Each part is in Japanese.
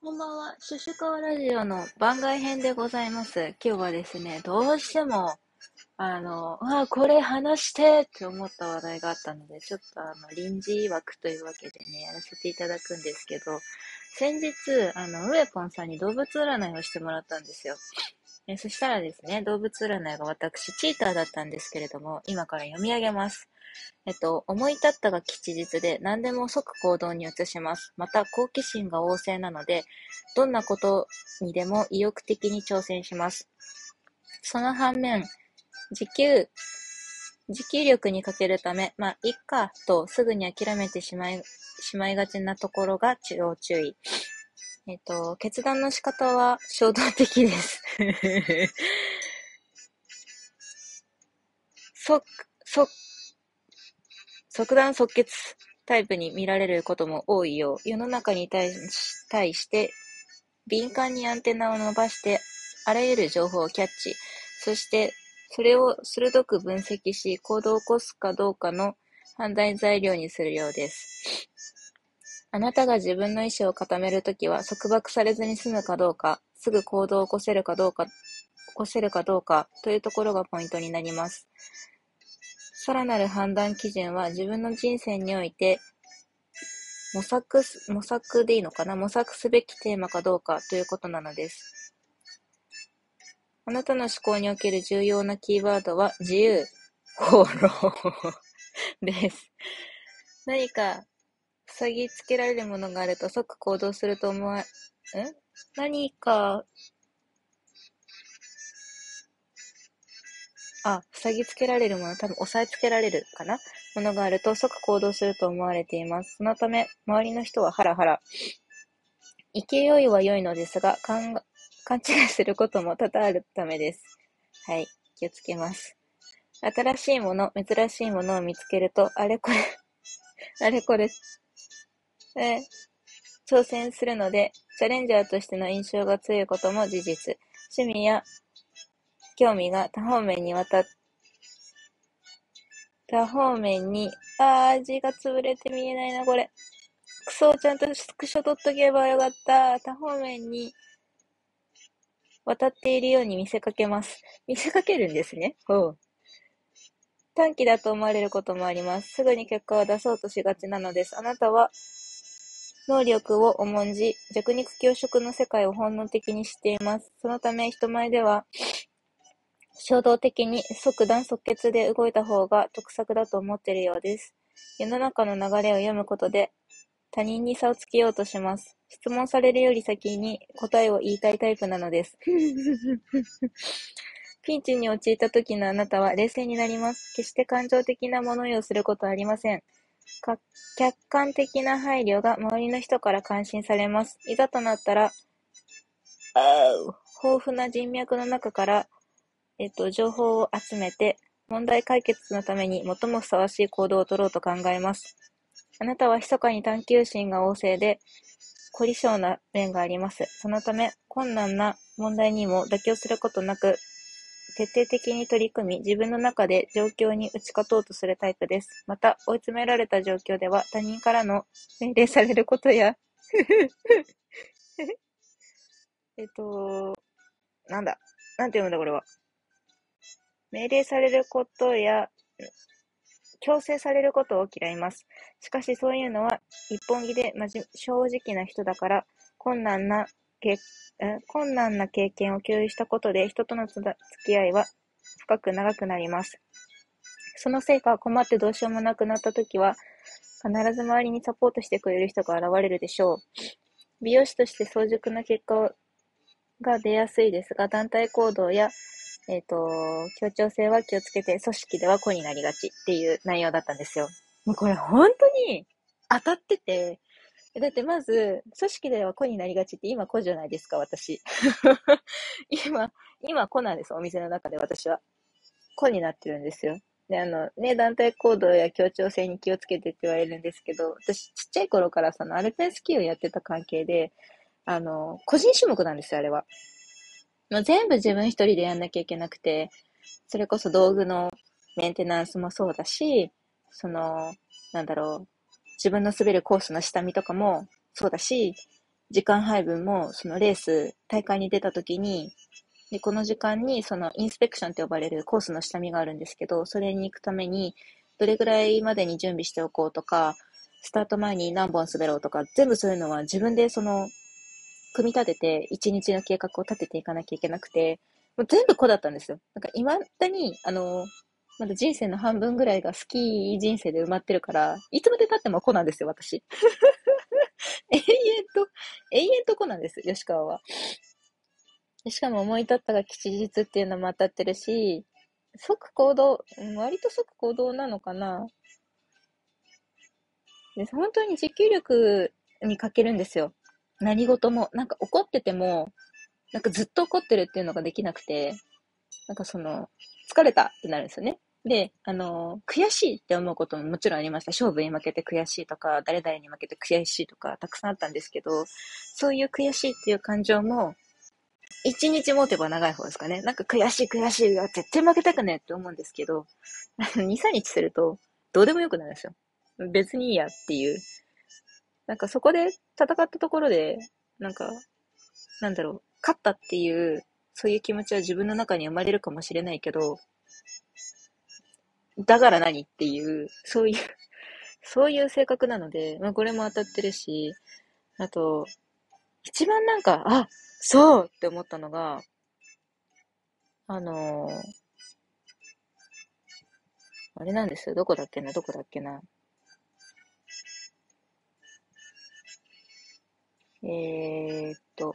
こんばんは。シュシュカワラジオの番外編でございます。今日はですね、どうしても、これ話してって思った話題があったので、ちょっと臨時枠というわけでね、やらせていただくんですけど、先日、ウエポンさんに動物占いをしてもらったんですよ。そしたらですね、動物占いが私、チーターだったんですけれども、今から読み上げます。思い立ったが吉日で何でも即行動に移します。また、好奇心が旺盛なので、どんなことにでも意欲的に挑戦します。その反面、持久、持久力に欠けるため、いっか、とすぐに諦めてしまいがちなところが要注意。決断の仕方は衝動的です。即、即、即断即決タイプに見られることも多いよう、世の中に対して敏感にアンテナを伸ばして、あらゆる情報をキャッチ。そして、それを鋭く分析し、行動を起こすかどうかの判断材料にするようです。あなたが自分の意思を固めるときは、束縛されずに済むかどうか、すぐ行動を起こせるかどうかというところがポイントになります。さらなる判断基準は、自分の人生において、模索でいいのかな、模索すべきテーマかどうかということなのです。あなたの思考における重要なキーワードは自由、放浪です。何か塞ぎつけられるものがあると即行動すると思わ、何か、塞ぎつけられるもの、多分押さえつけられるかなものがあると即行動すると思われています。そのため、周りの人はハラハラ。勢いは良いのですが、勘違いすることも多々あるためです。はい、気をつけます。新しいもの、珍しいものを見つけると、あれこれ、あれこれ、えー挑戦するので、チャレンジャーとしての印象が強いことも事実。趣味や興味が多方面に、字が潰れて見えないな、これ。クソ、ちゃんとスクショ取っとけばよかった。多方面に渡っているように見せかけます。見せかけるんですね。ほう。短期だと思われることもあります。すぐに結果を出そうとしがちなのです。あなたは能力を重んじ、弱肉強食の世界を本能的に知っています。そのため人前では衝動的に即断即決で動いた方が得策だと思っているようです。世の中の流れを読むことで他人に差をつけようとします。質問されるより先に答えを言いたいタイプなのです。ピンチに陥った時のあなたは冷静になります。決して感情的な物言いをすることはありません。客観的な配慮が周りの人から感心されます。いざとなったら、豊富な人脈の中から、情報を集めて、問題解決のために最もふさわしい行動を取ろうと考えます。あなたは密かに探求心が旺盛で、凝り性な面があります。そのため、困難な問題にも妥協することなく、徹底的に取り組み、自分の中で状況に打ち勝とうとするタイプです。また、追い詰められた状況では、他人からの命令されることや、えっと、なんだ、なんて読むんだこれは。命令されることや、強制されることを嫌います。しかしそういうのは一本気で正直な人だから、困難なけ困難な経験を共有したことで人との付き合いは深く長くなります。そのせいか困ってどうしようもなくなった時は、必ず周りにサポートしてくれる人が現れるでしょう。美容師として早熟な結果が出やすいですが、団体行動や、協調性は気をつけて、組織では個になりがちっていう内容だったんですよ。もうこれ本当に当たってて、だってまず、組織では個になりがちって今個じゃないですか、私。今、今個なんです、お店の中で私は。個になってるんですよ。で、団体行動や協調性に気をつけてって言われるんですけど、私ちっちゃい頃からそのアルペンスキーをやってた関係で、個人種目なんですよ、あれは。もう全部自分一人でやんなきゃいけなくて、それこそ道具のメンテナンスもそうだし、なんだろう、自分の滑るコースの下見とかもそうだし、 時間配分も、そのレース、大会に出た時に、で、この時間に、そのインスペクションと呼ばれるコースの下見があるんですけど、それに行くために、どれぐらいまでに準備しておこうとか、スタート前に何本滑ろうとか、全部そういうのは自分で組み立てて、一日の計画を立てていかなきゃいけなくて、もう全部子だったんですよ。なんか未だに、まだ人生の半分ぐらいがスキー人生で埋まってるから、いつまで経っても子なんですよ、私。永遠と、永遠と子なんです、吉川は。でしかも思い立ったが吉日っていうのも当たってるし、即行動、割と即行動なのかな。で、本当に持久力に欠けるんですよ。何事も。なんか怒ってても、なんかずっと怒ってるっていうのができなくて、なんか疲れたってなるんですよね。で、悔しいって思うことももちろんありました。勝負に負けて悔しいとか、誰々に負けて悔しいとか、たくさんあったんですけど、そういう悔しいっていう感情も、一日持てば長い方ですかね。なんか悔しい悔しいよ、絶対負けたくねえって思うんですけど、2、3日すると、どうでもよくなるんですよ。別にいいやっていう。なんかそこで戦ったところで、なんか、なんだろう、勝ったっていう、そういう気持ちは自分の中に生まれるかもしれないけど、だから何っていう、そういう性格なので、まあこれも当たってるし、あと、一番なんか、あ、そうって思ったのが、あのーあれなんですよ。どこだっけな。えーっと、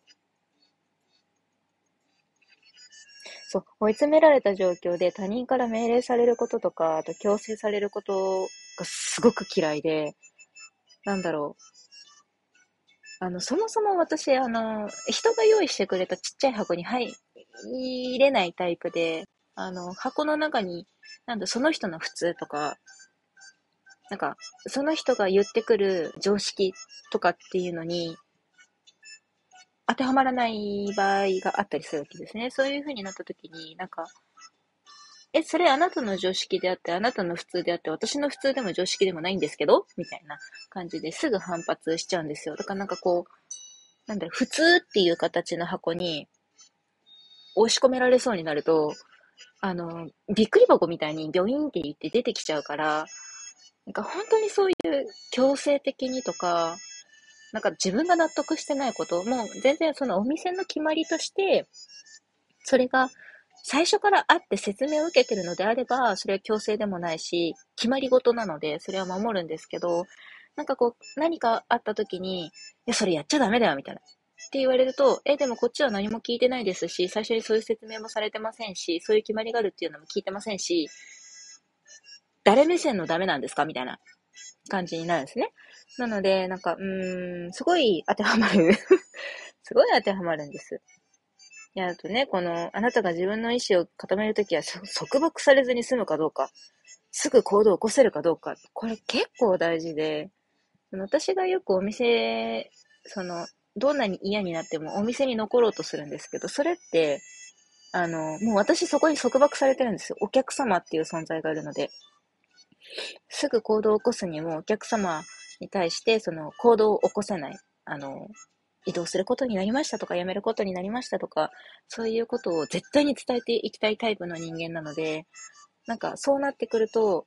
そう、追い詰められた状況で他人から命令されることとか、あと強制されることがすごく嫌いで、なんだろう。そもそも私、人が用意してくれたちっちゃい箱に入れないタイプで、箱の中に、その人の普通とか、なんか、その人が言ってくる常識とかっていうのに当てはまらない場合があったりするわけですね。そういう風になった時に、なんか、それあなたの常識であって、あなたの普通であって、私の普通でも常識でもないんですけどみたいな感じですぐ反発しちゃうんですよ。だからなんかこう、普通っていう形の箱に押し込められそうになると、びっくり箱みたいにビョインって言って出てきちゃうから、なんか本当にそういう強制的にとか、なんか自分が納得してないこと、もう全然そのお店の決まりとして、それが最初からあって説明を受けてるのであれば、それは強制でもないし、決まり事なので、それは守るんですけど、なんかこう、何かあった時に、いや、それやっちゃダメだよ、みたいな。って言われると、でもこっちは何も聞いてないですし、最初にそういう説明もされてませんし、そういう決まりがあるっていうのも聞いてませんし、誰目線のダメなんですかみたいな感じになるんですね。なので、なんか、すごい当てはまるすごい当てはまるんです。いや、あとね、あなたが自分の意思を固めるときは、束縛されずに済むかどうか、すぐ行動を起こせるかどうか、これ結構大事で、私がよくお店、その、どんなに嫌になってもお店に残ろうとするんですけど、それって、もう私そこに束縛されてるんですよ。お客様っていう存在がいるので、すぐ行動を起こすにもお客様に対して、その行動を起こせない。移動することになりましたとか、辞めることになりましたとか、そういうことを絶対に伝えていきたいタイプの人間なので、なんかそうなってくると、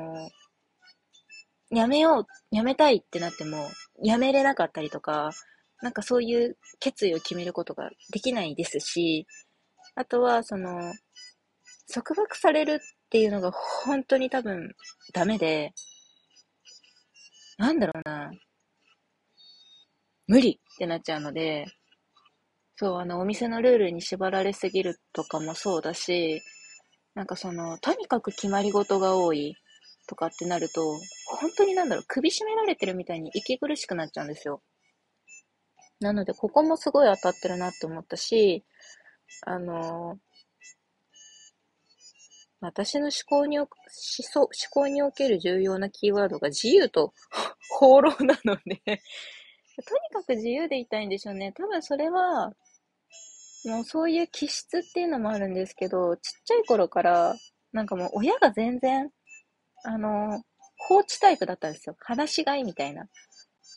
辞めよう、辞めたいってなっても、辞めれなかったりとか、なんかそういう決意を決めることができないですし、あとは、束縛されるっていうのが本当に多分ダメで、なんだろうな、無理ってなっちゃうので、そう、お店のルールに縛られすぎるとかもそうだし、なんかとにかく決まり事が多いとかってなると、本当に首絞められてるみたいに息苦しくなっちゃうんですよ。なので、ここもすごい当たってるなって思ったし、あの、私の思考における重要なキーワードが自由と放浪なのでとにかく自由でいたいんでしょうね。多分それは、もうそういう気質っていうのもあるんですけど、ちっちゃい頃から、なんかもう親が全然、あの、放置タイプだったんですよ。話し飼いみたいな。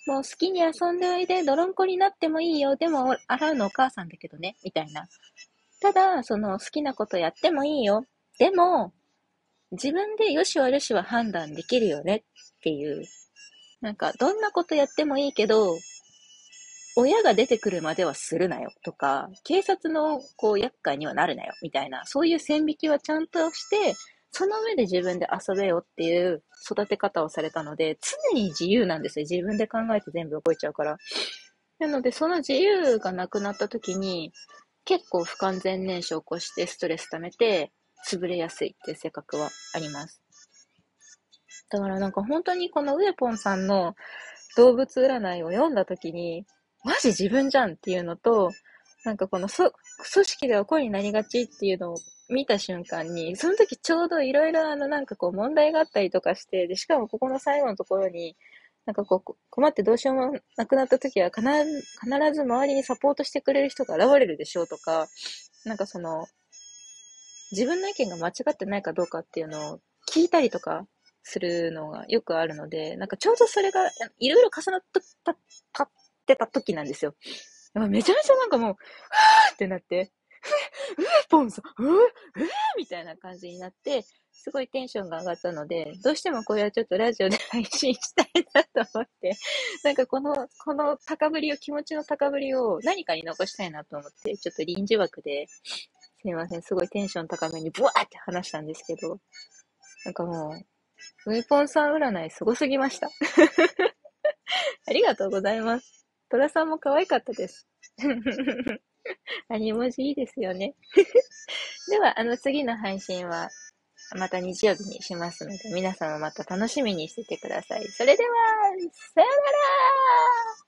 もう好きに遊んでおいで、泥んこになってもいいよ。でも、洗うのお母さんだけどね。みたいな。ただ、その好きなことやってもいいよ。でも、自分でよし悪しは判断できるよねっていう。なんか、どんなことやってもいいけど、親が出てくるまではするなよとか、警察のこう厄介にはなるなよみたいな、そういう線引きはちゃんとして、その上で自分で遊べよっていう育て方をされたので、常に自由なんですよ。自分で考えて全部動いちゃうから。なので、その自由がなくなった時に、結構不完全燃焼を起こしてストレス溜めて、潰れやすいっていう性格はあります。だからなんか本当にこのウエポンさんの動物占いを読んだ時に、マジ自分じゃんっていうのと、なんかこの組織ではこうになりがちっていうのを見た瞬間に、その時ちょうどいろいろなんかこう問題があったりとかして、で、しかもここの最後のところに、なんかこう困ってどうしようもなくなった時は必ず周りにサポートしてくれる人が現れるでしょうとか、なんかその自分の意見が間違ってないかどうかっていうのを聞いたりとかするのがよくあるので、なんかちょうどそれがいろいろ重なってた時なんですよ。めちゃめちゃなんかもう、はーってなって、ポンさん、みたいな感じになって、すごいテンションが上がったので、どうしてもこれはちょっとラジオで配信したいなと思って、なんかこの高ぶりを、気持ちの高ぶりを何かに残したいなと思って、ちょっと臨時枠で、すいません、すごいテンション高めにブワーって話したんですけど、なんかもう、ウェポンさん占いすごすぎました。ありがとうございます。トラさんも可愛かったです。アニ文字いいですよね。では、次の配信は、また日曜日にしますので、皆様また楽しみにしててください。それでは、さよなら